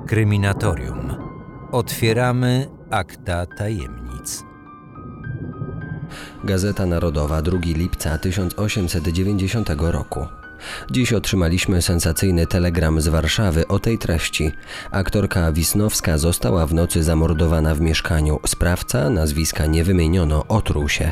Kryminatorium. Otwieramy akta tajemnic. Gazeta Narodowa, 2 lipca 1890 roku. Dziś otrzymaliśmy sensacyjny telegram z Warszawy o tej treści. Aktorka Wisnowska została w nocy zamordowana w mieszkaniu. Sprawca, nazwiska nie wymieniono, otruł się.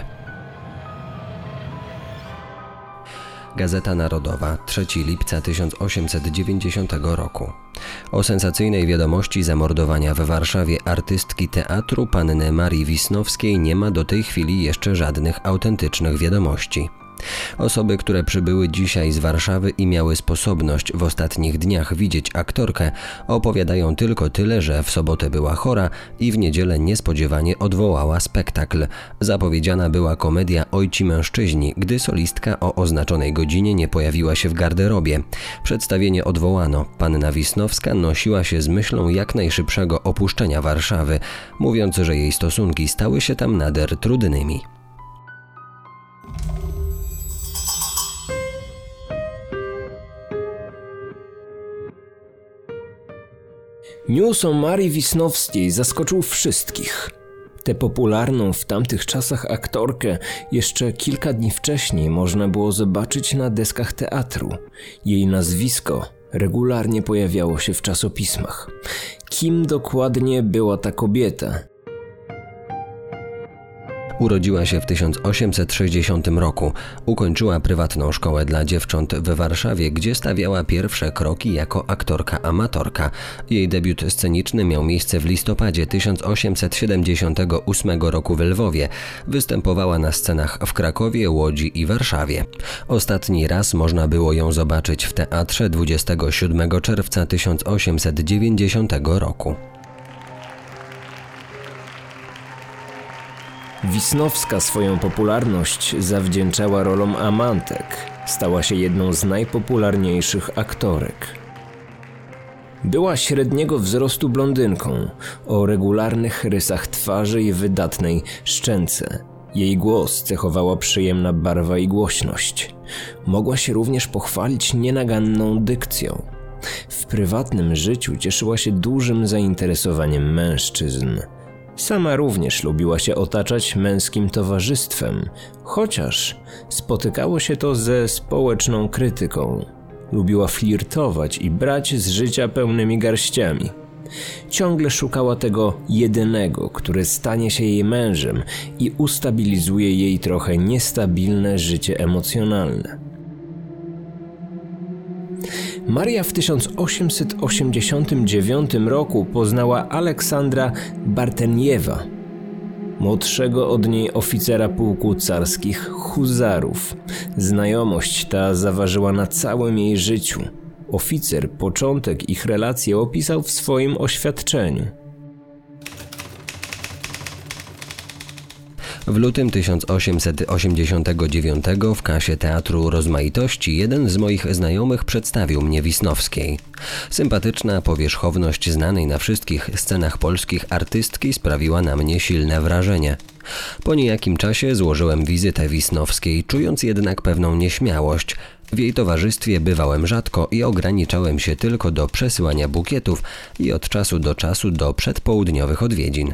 Gazeta Narodowa, 3 lipca 1890 roku. O sensacyjnej wiadomości zamordowania w Warszawie artystki teatru panny Marii Wisnowskiej nie ma do tej chwili jeszcze żadnych autentycznych wiadomości. Osoby, które przybyły dzisiaj z Warszawy i miały sposobność w ostatnich dniach widzieć aktorkę, opowiadają tylko tyle, że w sobotę była chora i w niedzielę niespodziewanie odwołała spektakl. Zapowiedziana była komedia Ojci mężczyźni, gdy solistka o oznaczonej godzinie nie pojawiła się w garderobie. Przedstawienie odwołano. Panna Wisnowska nosiła się z myślą jak najszybszego opuszczenia Warszawy, mówiąc, że jej stosunki stały się tam nader trudnymi. News o Marii Wisnowskiej zaskoczył wszystkich. Tę popularną w tamtych czasach aktorkę jeszcze kilka dni wcześniej można było zobaczyć na deskach teatru. Jej nazwisko regularnie pojawiało się w czasopismach. Kim dokładnie była ta kobieta? Urodziła się w 1860 roku. Ukończyła prywatną szkołę dla dziewcząt w Warszawie, gdzie stawiała pierwsze kroki jako aktorka amatorka. Jej debiut sceniczny miał miejsce w listopadzie 1878 roku w Lwowie. Występowała na scenach w Krakowie, Łodzi i Warszawie. Ostatni raz można było ją zobaczyć w teatrze 27 czerwca 1890 roku. Wisnowska swoją popularność zawdzięczała rolom amantek. Stała się jedną z najpopularniejszych aktorek. Była średniego wzrostu blondynką, o regularnych rysach twarzy i wydatnej szczęce. Jej głos cechowała przyjemna barwa i głośność. Mogła się również pochwalić nienaganną dykcją. W prywatnym życiu cieszyła się dużym zainteresowaniem mężczyzn. Sama również lubiła się otaczać męskim towarzystwem, chociaż spotykało się to ze społeczną krytyką. Lubiła flirtować i brać z życia pełnymi garściami. Ciągle szukała tego jedynego, który stanie się jej mężem i ustabilizuje jej trochę niestabilne życie emocjonalne. Maria w 1889 roku poznała Aleksandra Barteniewa, młodszego od niej oficera pułku carskich huzarów. Znajomość ta zaważyła na całym jej życiu. Oficer początek ich relacji opisał w swoim oświadczeniu. W lutym 1889 w kasie Teatru Rozmaitości jeden z moich znajomych przedstawił mnie Wisnowskiej. Sympatyczna powierzchowność znanej na wszystkich scenach polskich artystki sprawiła na mnie silne wrażenie. Po niejakim czasie złożyłem wizytę Wisnowskiej, czując jednak pewną nieśmiałość. W jej towarzystwie bywałem rzadko i ograniczałem się tylko do przesyłania bukietów i od czasu do przedpołudniowych odwiedzin.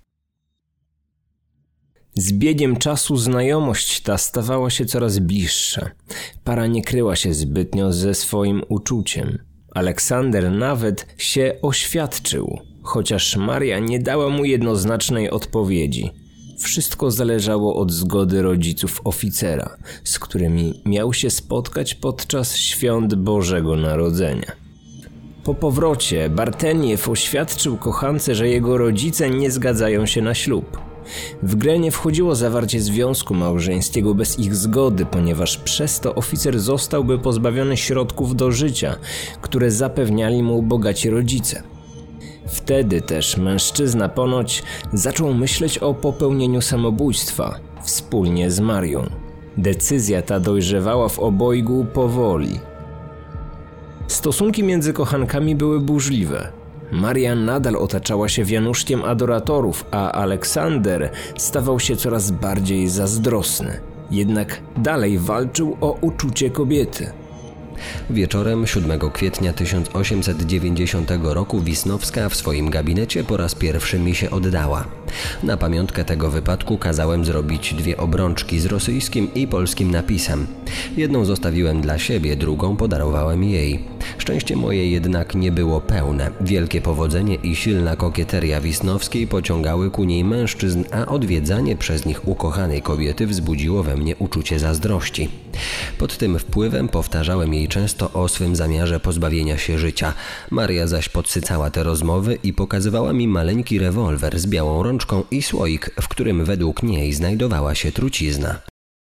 Z biegiem czasu znajomość ta stawała się coraz bliższa. Para nie kryła się zbytnio ze swoim uczuciem. Aleksander nawet się oświadczył, chociaż Maria nie dała mu jednoznacznej odpowiedzi. Wszystko zależało od zgody rodziców oficera, z którymi miał się spotkać podczas świąt Bożego Narodzenia. Po powrocie Barteniew oświadczył kochance, że jego rodzice nie zgadzają się na ślub. W grę nie wchodziło zawarcie związku małżeńskiego bez ich zgody, ponieważ przez to oficer zostałby pozbawiony środków do życia, które zapewniali mu bogaci rodzice. Wtedy też mężczyzna ponoć zaczął myśleć o popełnieniu samobójstwa wspólnie z Marią. Decyzja ta dojrzewała w obojgu powoli. Stosunki między kochankami były burzliwe. Maria nadal otaczała się wianuszkiem adoratorów, a Aleksander stawał się coraz bardziej zazdrosny. Jednak dalej walczył o uczucie kobiety. Wieczorem 7 kwietnia 1890 roku Wisnowska w swoim gabinecie po raz pierwszy mi się oddała. Na pamiątkę tego wypadku kazałem zrobić 2 obrączki z rosyjskim i polskim napisem. Jedną zostawiłem dla siebie, drugą podarowałem jej. Szczęście moje jednak nie było pełne. Wielkie powodzenie i silna kokieteria Wisnowskiej pociągały ku niej mężczyzn, a odwiedzanie przez nich ukochanej kobiety wzbudziło we mnie uczucie zazdrości. Pod tym wpływem powtarzałem jej często o swym zamiarze pozbawienia się życia. Maria zaś podsycała te rozmowy i pokazywała mi maleńki rewolwer z białą rączką i słoik, w którym według niej znajdowała się trucizna.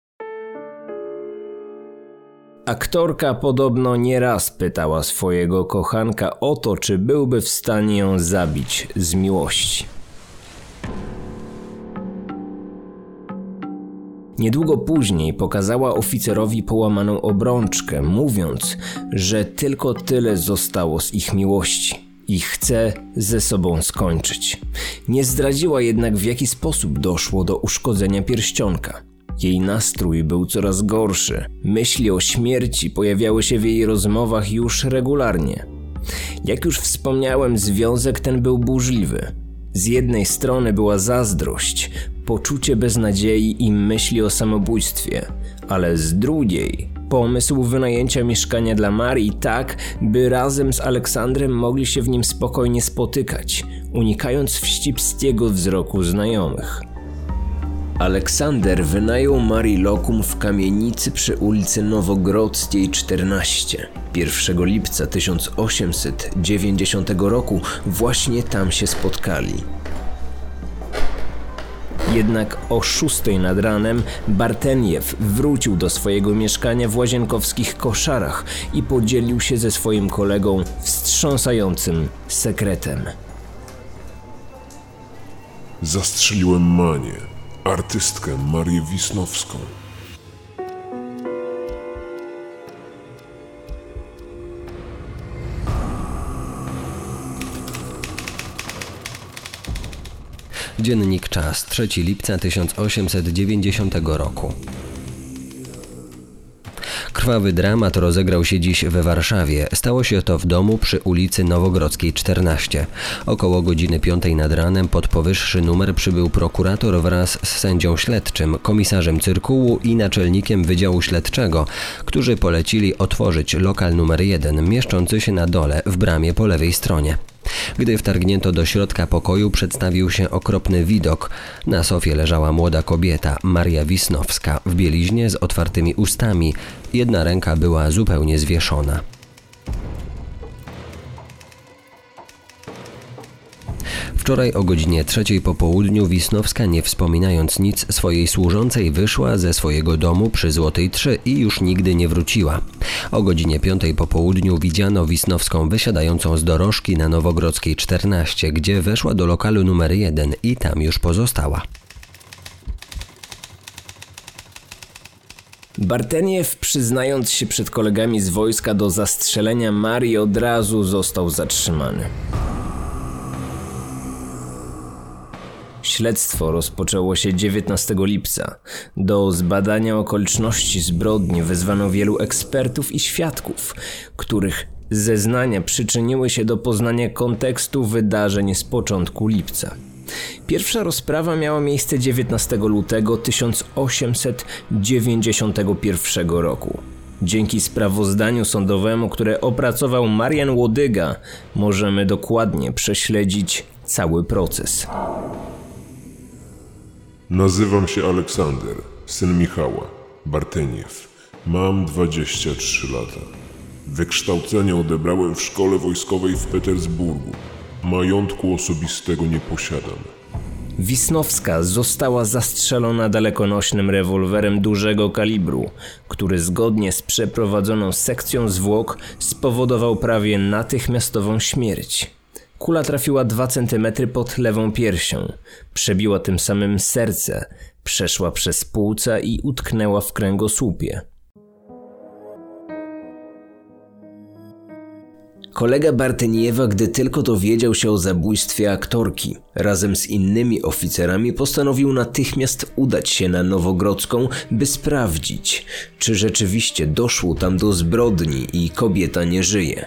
Aktorka podobno nieraz pytała swojego kochanka o to, czy byłby w stanie ją zabić z miłości. Niedługo później pokazała oficerowi połamaną obrączkę, mówiąc, że tylko tyle zostało z ich miłości i chce ze sobą skończyć. Nie zdradziła jednak, w jaki sposób doszło do uszkodzenia pierścionka. Jej nastrój był coraz gorszy. Myśli o śmierci pojawiały się w jej rozmowach już regularnie. Jak już wspomniałem, związek ten był burzliwy. Z jednej strony była zazdrość, poczucie beznadziei i myśli o samobójstwie, ale z drugiej pomysł wynajęcia mieszkania dla Marii tak, by razem z Aleksandrem mogli się w nim spokojnie spotykać, unikając wścibskiego wzroku znajomych. Aleksander wynajął Marii lokum w kamienicy przy ulicy Nowogrodzkiej 14. 1 lipca 1890 roku właśnie tam się spotkali. Jednak o 6 nad ranem Barteniew wrócił do swojego mieszkania w Łazienkowskich Koszarach i podzielił się ze swoim kolegą wstrząsającym sekretem. Zastrzeliłem Manię, artystkę Marię Wisnowską. Dziennik Czas, 3 lipca 1890 roku. Krwawy dramat rozegrał się dziś we Warszawie. Stało się to w domu przy ulicy Nowogrodzkiej 14. Około godziny 5 nad ranem pod powyższy numer przybył prokurator wraz z sędzią śledczym, komisarzem cyrkułu i naczelnikiem Wydziału Śledczego, którzy polecili otworzyć lokal numer 1, mieszczący się na dole w bramie po lewej stronie. Gdy wtargnięto do środka pokoju, przedstawił się okropny widok. Na sofie leżała młoda kobieta, Maria Wisnowska, w bieliźnie z otwartymi ustami. Jedna ręka była zupełnie zwieszona. Wczoraj o godzinie 3 po południu Wisnowska, nie wspominając nic swojej służącej, wyszła ze swojego domu przy Złotej 3 i już nigdy nie wróciła. O godzinie 5 po południu widziano Wisnowską wysiadającą z dorożki na Nowogrodzkiej 14, gdzie weszła do lokalu numer 1 i tam już pozostała. Barteniew, przyznając się przed kolegami z wojska do zastrzelenia Marii, od razu został zatrzymany. Śledztwo rozpoczęło się 19 lipca. Do zbadania okoliczności zbrodni wezwano wielu ekspertów i świadków, których zeznania przyczyniły się do poznania kontekstu wydarzeń z początku lipca. Pierwsza rozprawa miała miejsce 19 lutego 1891 roku. Dzięki sprawozdaniu sądowemu, które opracował Marian Łodyga, możemy dokładnie prześledzić cały proces. Nazywam się Aleksander, syn Michała, Barteniew. Mam 23 lata. Wykształcenie odebrałem w szkole wojskowej w Petersburgu. Majątku osobistego nie posiadam. Wisnowska została zastrzelona dalekonośnym rewolwerem dużego kalibru, który zgodnie z przeprowadzoną sekcją zwłok spowodował prawie natychmiastową śmierć. Kula trafiła 2 cm pod lewą piersią, przebiła tym samym serce, przeszła przez płuca i utknęła w kręgosłupie. Kolega Barteniewa, gdy tylko dowiedział się o zabójstwie aktorki, razem z innymi oficerami postanowił natychmiast udać się na Nowogrodzką, by sprawdzić, czy rzeczywiście doszło tam do zbrodni i kobieta nie żyje.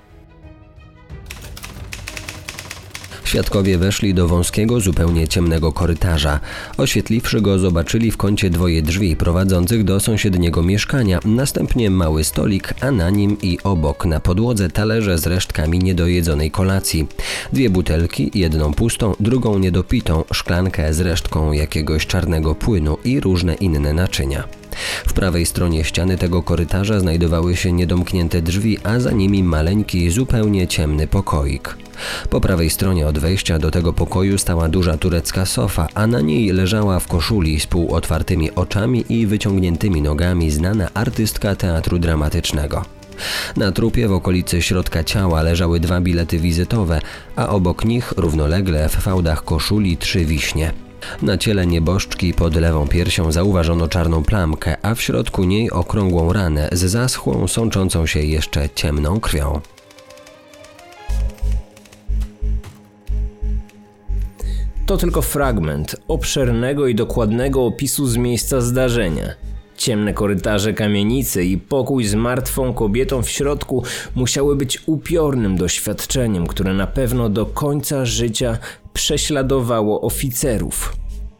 Świadkowie weszli do wąskiego, zupełnie ciemnego korytarza. Oświetliwszy go, zobaczyli w kącie dwoje drzwi prowadzących do sąsiedniego mieszkania, następnie mały stolik, a na nim i obok na podłodze talerze z resztkami niedojedzonej kolacji. 2 butelki, jedną pustą, drugą niedopitą, szklankę z resztką jakiegoś czarnego płynu i różne inne naczynia. W prawej stronie ściany tego korytarza znajdowały się niedomknięte drzwi, a za nimi maleńki, zupełnie ciemny pokoik. Po prawej stronie od wejścia do tego pokoju stała duża turecka sofa, a na niej leżała w koszuli z półotwartymi oczami i wyciągniętymi nogami znana artystka teatru dramatycznego. Na trupie w okolicy środka ciała leżały 2 bilety wizytowe, a obok nich równolegle w fałdach koszuli 3 wiśnie. Na ciele nieboszczki pod lewą piersią zauważono czarną plamkę, a w środku niej okrągłą ranę z zaschłą, sączącą się jeszcze ciemną krwią. To tylko fragment obszernego i dokładnego opisu z miejsca zdarzenia. Ciemne korytarze kamienicy i pokój z martwą kobietą w środku musiały być upiornym doświadczeniem, które na pewno do końca życia prześladowało oficerów.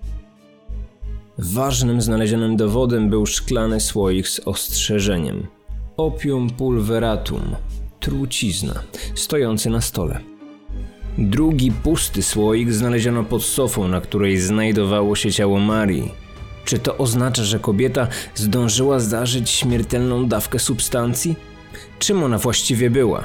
Ważnym znalezionym dowodem był szklany słoik z ostrzeżeniem: opium pulveratum, trucizna, stojący na stole. Drugi pusty słoik znaleziono pod sofą, na której znajdowało się ciało Marii. Czy to oznacza, że kobieta zdążyła zażyć śmiertelną dawkę substancji? Czym ona właściwie była?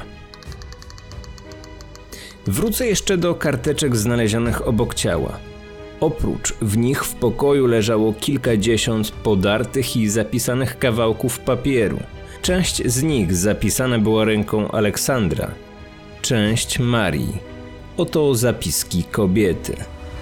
Wrócę jeszcze do karteczek znalezionych obok ciała. Oprócz w nich w pokoju leżało kilkadziesiąt podartych i zapisanych kawałków papieru. Część z nich zapisana była ręką Aleksandra, część Marii. Oto zapiski kobiety.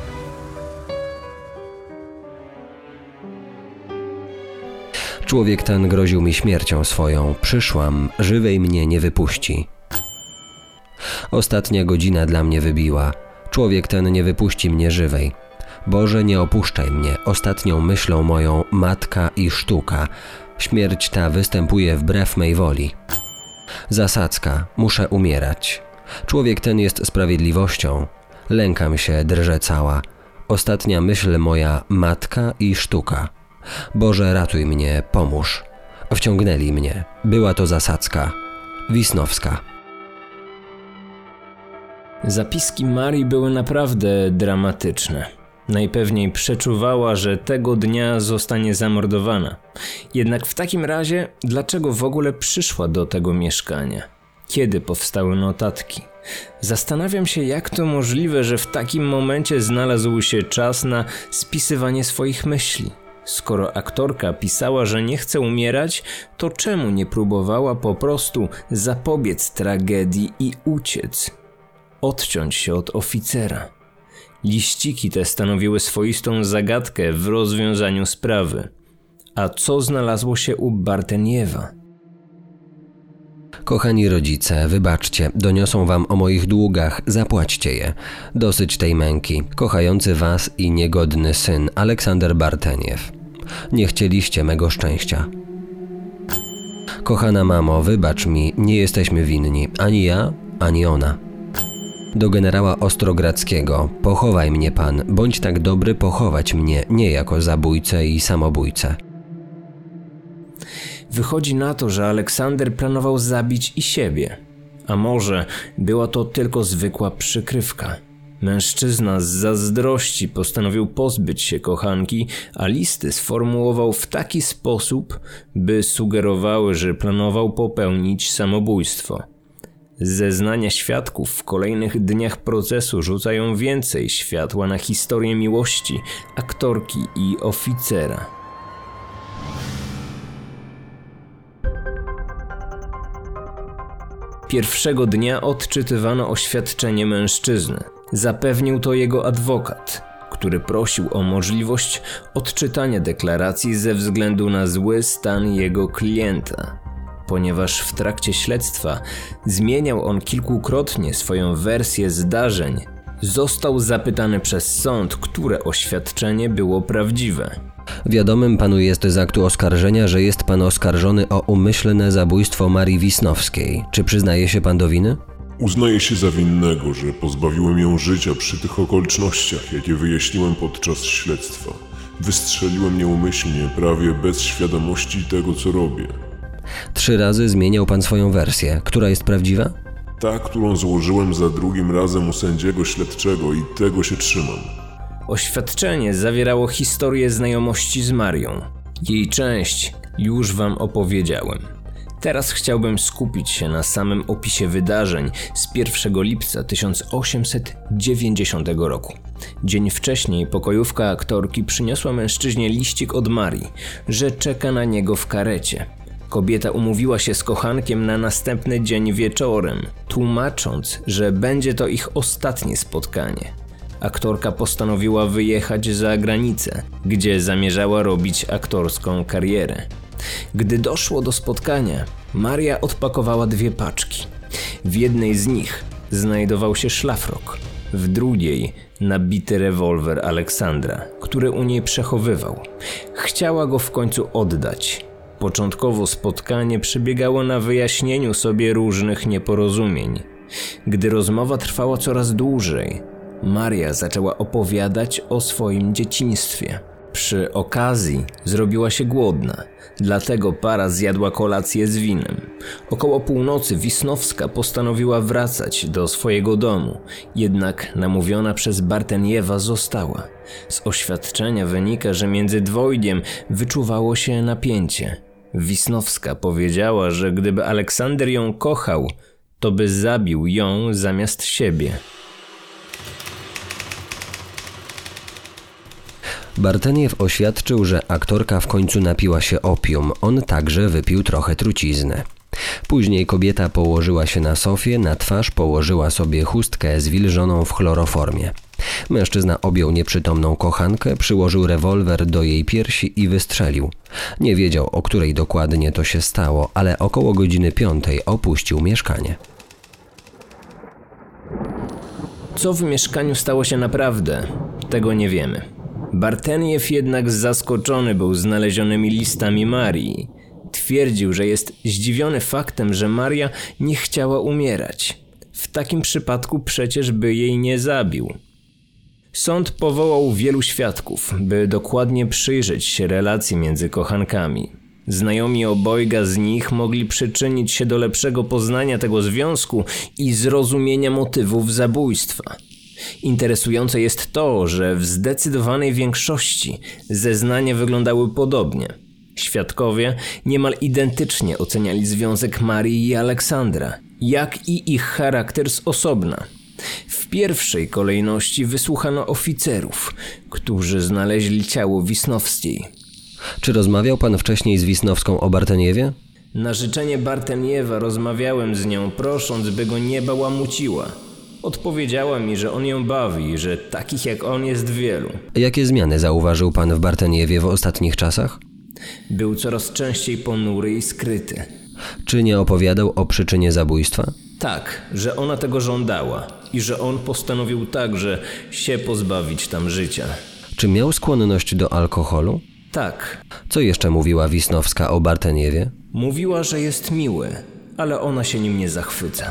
Człowiek ten groził mi śmiercią swoją. Przyszłam, żywej mnie nie wypuści. Ostatnia godzina dla mnie wybiła. Człowiek ten nie wypuści mnie żywej. Boże, nie opuszczaj mnie. Ostatnią myślą moją matka i sztuka. Śmierć ta występuje wbrew mej woli. Zasadzka. Muszę umierać. Człowiek ten jest sprawiedliwością. Lękam się, drżę cała. Ostatnia myśl moja matka i sztuka. Boże, ratuj mnie, pomóż. Wciągnęli mnie. Była to zasadzka. Wisnowska. Zapiski Marii były naprawdę dramatyczne. Najpewniej przeczuwała, że tego dnia zostanie zamordowana. Jednak w takim razie, dlaczego w ogóle przyszła do tego mieszkania? Kiedy powstały notatki? Zastanawiam się, jak to możliwe, że w takim momencie znalazł się czas na spisywanie swoich myśli. Skoro aktorka pisała, że nie chce umierać, to czemu nie próbowała po prostu zapobiec tragedii i uciec? Odciąć się od oficera. Liściki te stanowiły swoistą zagadkę w rozwiązaniu sprawy. A co znalazło się u Barteniewa? Kochani rodzice, wybaczcie, doniosą wam o moich długach, zapłaćcie je. Dosyć tej męki. Kochający was i niegodny syn, Aleksander Barteniew. Nie chcieliście mego szczęścia. Kochana mamo, wybacz mi, nie jesteśmy winni, ani ja, ani ona. Do generała Ostrogradzkiego, pochowaj mnie pan, bądź tak dobry pochować mnie, nie jako zabójcę i samobójcę. Wychodzi na to, że Aleksander planował zabić i siebie. A może była to tylko zwykła przykrywka. Mężczyzna z zazdrości postanowił pozbyć się kochanki, a listy sformułował w taki sposób, by sugerowały, że planował popełnić samobójstwo. Zeznania świadków w kolejnych dniach procesu rzucają więcej światła na historię miłości aktorki i oficera. Pierwszego dnia odczytywano oświadczenie mężczyzny. Zapewnił to jego adwokat, który prosił o możliwość odczytania deklaracji ze względu na zły stan jego klienta. ponieważ w trakcie śledztwa zmieniał on kilkukrotnie swoją wersję zdarzeń, został zapytany przez sąd, które oświadczenie było prawdziwe. Wiadomym panu jest z aktu oskarżenia, że jest pan oskarżony o umyślne zabójstwo Marii Wisnowskiej. Czy przyznaje się pan do winy? Uznaję się za winnego, że pozbawiłem ją życia przy tych okolicznościach, jakie wyjaśniłem podczas śledztwa. Wystrzeliłem nieumyślnie, prawie bez świadomości tego, co robię. 3 razy zmieniał pan swoją wersję. Która jest prawdziwa? Ta, którą złożyłem za drugim razem u sędziego śledczego i tego się trzymam. Oświadczenie zawierało historię znajomości z Marią. Jej część już wam opowiedziałem. Teraz chciałbym skupić się na samym opisie wydarzeń z 1 lipca 1890 roku. Dzień wcześniej pokojówka aktorki przyniosła mężczyźnie liścik od Marii, że czeka na niego w karecie. Kobieta umówiła się z kochankiem na następny dzień wieczorem, tłumacząc, że będzie to ich ostatnie spotkanie. Aktorka postanowiła wyjechać za granicę, gdzie zamierzała robić aktorską karierę. Gdy doszło do spotkania, Maria odpakowała 2 paczki. W jednej z nich znajdował się szlafrok, w drugiej nabity rewolwer Aleksandra, który u niej przechowywał. Chciała go w końcu oddać. Początkowo spotkanie przebiegało na wyjaśnieniu sobie różnych nieporozumień. Gdy rozmowa trwała coraz dłużej, Maria zaczęła opowiadać o swoim dzieciństwie. Przy okazji zrobiła się głodna, dlatego para zjadła kolację z winem. Około północy Wisnowska postanowiła wracać do swojego domu, jednak namówiona przez Barteniewa została. Z oświadczenia wynika, że między dwojgiem wyczuwało się napięcie. Wisnowska powiedziała, że gdyby Aleksander ją kochał, to by zabił ją zamiast siebie. Barteniew oświadczył, że aktorka w końcu napiła się opium. On także wypił trochę trucizny. Później kobieta położyła się na sofie, na twarz położyła sobie chustkę zwilżoną w chloroformie. Mężczyzna objął nieprzytomną kochankę, przyłożył rewolwer do jej piersi i wystrzelił. Nie wiedział, o której dokładnie to się stało, ale około godziny 5 opuścił mieszkanie. Co w mieszkaniu stało się naprawdę, tego nie wiemy. Barteniew jednak zaskoczony był znalezionymi listami Marii. Twierdził, że jest zdziwiony faktem, że Maria nie chciała umierać. W takim przypadku przecież by jej nie zabił. Sąd powołał wielu świadków, by dokładnie przyjrzeć się relacji między kochankami. Znajomi obojga z nich mogli przyczynić się do lepszego poznania tego związku i zrozumienia motywów zabójstwa. Interesujące jest to, że w zdecydowanej większości zeznania wyglądały podobnie. Świadkowie niemal identycznie oceniali związek Marii i Aleksandra, jak i ich charakter z osobna. W pierwszej kolejności wysłuchano oficerów, którzy znaleźli ciało Wisnowskiej. Czy rozmawiał pan wcześniej z Wisnowską o Barteniewie? Na życzenie Barteniewa rozmawiałem z nią, prosząc, by go nie bałamuciła. Odpowiedziała mi, że on ją bawi, że takich jak on jest wielu. Jakie zmiany zauważył pan w Barteniewie w ostatnich czasach? Był coraz częściej ponury i skryty. Czy nie opowiadał o przyczynie zabójstwa? Tak, że ona tego żądała i że on postanowił także się pozbawić tam życia. Czy miał skłonność do alkoholu? Tak. Co jeszcze mówiła Wisnowska o Barteniewie? Mówiła, że jest miły, ale ona się nim nie zachwyca.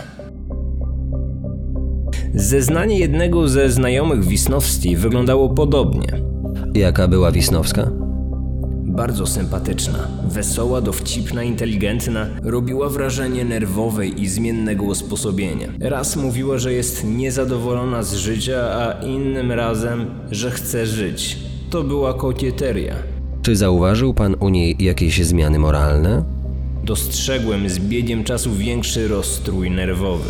Zeznanie jednego ze znajomych Wisnowskiej wyglądało podobnie. Jaka była Wisnowska? Bardzo sympatyczna, wesoła, dowcipna, inteligentna, robiła wrażenie nerwowej i zmiennego usposobienia. Raz mówiła, że jest niezadowolona z życia, a innym razem, że chce żyć. To była kokieteria. Czy zauważył pan u niej jakieś zmiany moralne? Dostrzegłem z biegiem czasu większy rozstrój nerwowy.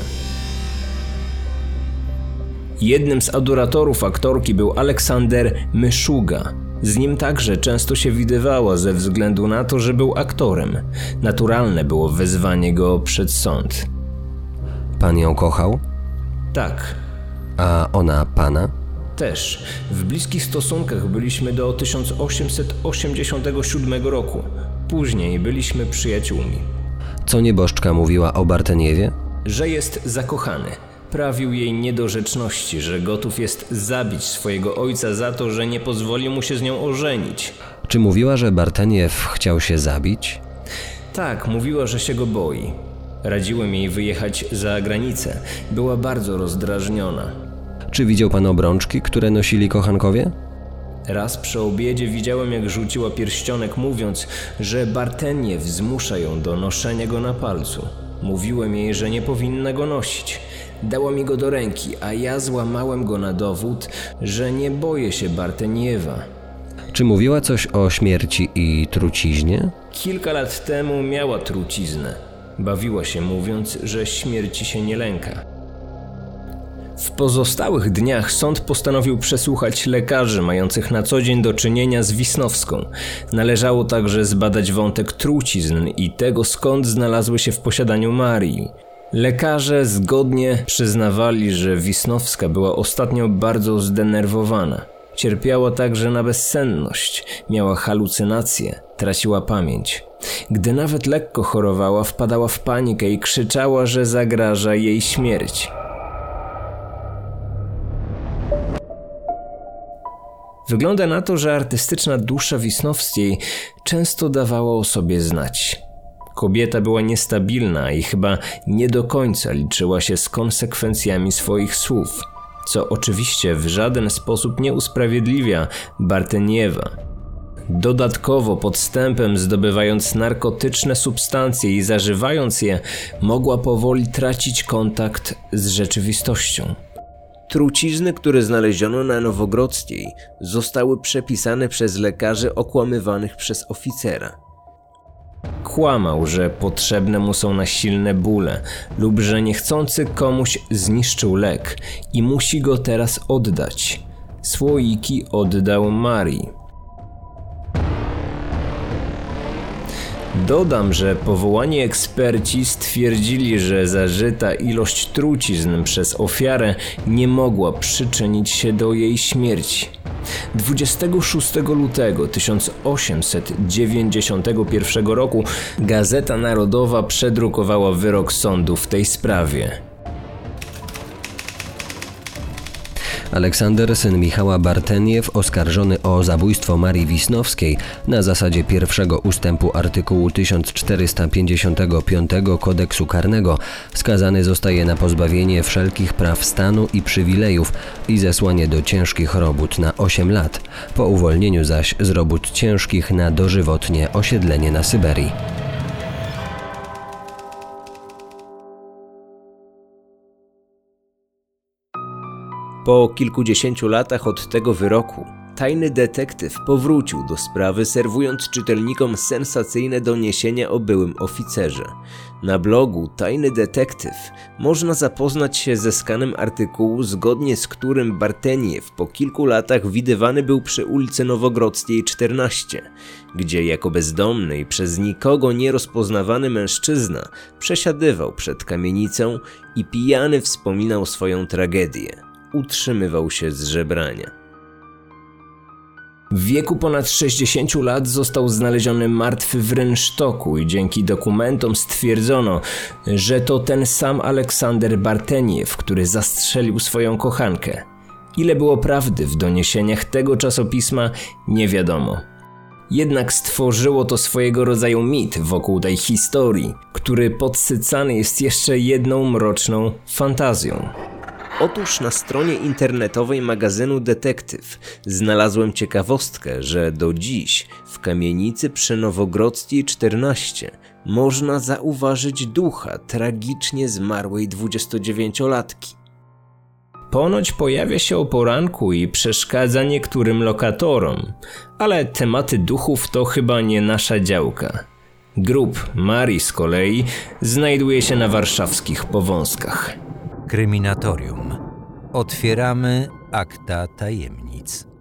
Jednym z adoratorów aktorki był Aleksander Myszuga. Z nim także często się widywała ze względu na to, że był aktorem. Naturalne było wezwanie go przed sąd. Pan ją kochał? Tak. A ona pana? Też. W bliskich stosunkach byliśmy do 1887 roku. Później byliśmy przyjaciółmi. Co nieboszczka mówiła o Barteniewie? Że jest zakochany. Prawił jej niedorzeczności, że gotów jest zabić swojego ojca za to, że nie pozwoli mu się z nią ożenić. Czy mówiła, że Barteniew chciał się zabić? Tak, mówiła, że się go boi. Radziłem jej wyjechać za granicę. Była bardzo rozdrażniona. Czy widział pan obrączki, które nosili kochankowie? Raz przy obiedzie widziałem, jak rzuciła pierścionek, mówiąc, że Barteniew zmusza ją do noszenia go na palcu. Mówiłem jej, że nie powinna go nosić. Dała mi go do ręki, a ja złamałem go na dowód, że nie boję się Barteniewa. Czy mówiła coś o śmierci i truciźnie? Kilka lat temu miała truciznę. Bawiła się, mówiąc, że śmierci się nie lęka. W pozostałych dniach sąd postanowił przesłuchać lekarzy mających na co dzień do czynienia z Wisnowską. Należało także zbadać wątek trucizn i tego, skąd znalazły się w posiadaniu Marii. Lekarze zgodnie przyznawali, że Wisnowska była ostatnio bardzo zdenerwowana. Cierpiała także na bezsenność, miała halucynacje, traciła pamięć. Gdy nawet lekko chorowała, wpadała w panikę i krzyczała, że zagraża jej śmierć. Wygląda na to, że artystyczna dusza Wisnowskiej często dawała o sobie znać. Kobieta była niestabilna i chyba nie do końca liczyła się z konsekwencjami swoich słów, co oczywiście w żaden sposób nie usprawiedliwia Barteniewa. Dodatkowo podstępem zdobywając narkotyczne substancje i zażywając je, mogła powoli tracić kontakt z rzeczywistością. Trucizny, które znaleziono na Nowogrodzkiej, zostały przepisane przez lekarzy okłamywanych przez oficera. Kłamał, że potrzebne mu są na silne bóle lub że niechcący komuś zniszczył lek i musi go teraz oddać. Słoiki oddał Marii. Dodam, że powołani eksperci stwierdzili, że zażyta ilość trucizn przez ofiarę nie mogła przyczynić się do jej śmierci. 26 lutego 1891 roku Gazeta Narodowa przedrukowała wyrok sądu w tej sprawie. Aleksander, syn Michała Barteniew, oskarżony o zabójstwo Marii Wisnowskiej na zasadzie pierwszego ustępu artykułu 1455 Kodeksu Karnego, skazany zostaje na pozbawienie wszelkich praw stanu i przywilejów i zesłanie do ciężkich robót na 8 lat, po uwolnieniu zaś z robót ciężkich na dożywotnie osiedlenie na Syberii. Po kilkudziesięciu latach od tego wyroku, tajny detektyw powrócił do sprawy, serwując czytelnikom sensacyjne doniesienia o byłym oficerze. Na blogu Tajny Detektyw można zapoznać się ze skanem artykułu, zgodnie z którym Barteniew po kilku latach widywany był przy ulicy Nowogrodzkiej 14, gdzie jako bezdomny i przez nikogo nierozpoznawany mężczyzna przesiadywał przed kamienicą i pijany wspominał swoją tragedię. Utrzymywał się z żebrania. W wieku ponad 60 lat został znaleziony martwy w rynsztoku i dzięki dokumentom stwierdzono, że to ten sam Aleksander Barteniew, który zastrzelił swoją kochankę. Ile było prawdy w doniesieniach tego czasopisma, nie wiadomo. Jednak stworzyło to swojego rodzaju mit wokół tej historii, który podsycany jest jeszcze jedną mroczną fantazją. Otóż na stronie internetowej magazynu Detektyw znalazłem ciekawostkę, że do dziś w kamienicy przy Nowogrodzkiej 14 można zauważyć ducha tragicznie zmarłej 29-latki. Ponoć pojawia się o poranku i przeszkadza niektórym lokatorom, ale tematy duchów to chyba nie nasza działka. Grób Marii z kolei znajduje się na warszawskich Powązkach. Kryminatorium. Otwieramy akta tajemnic.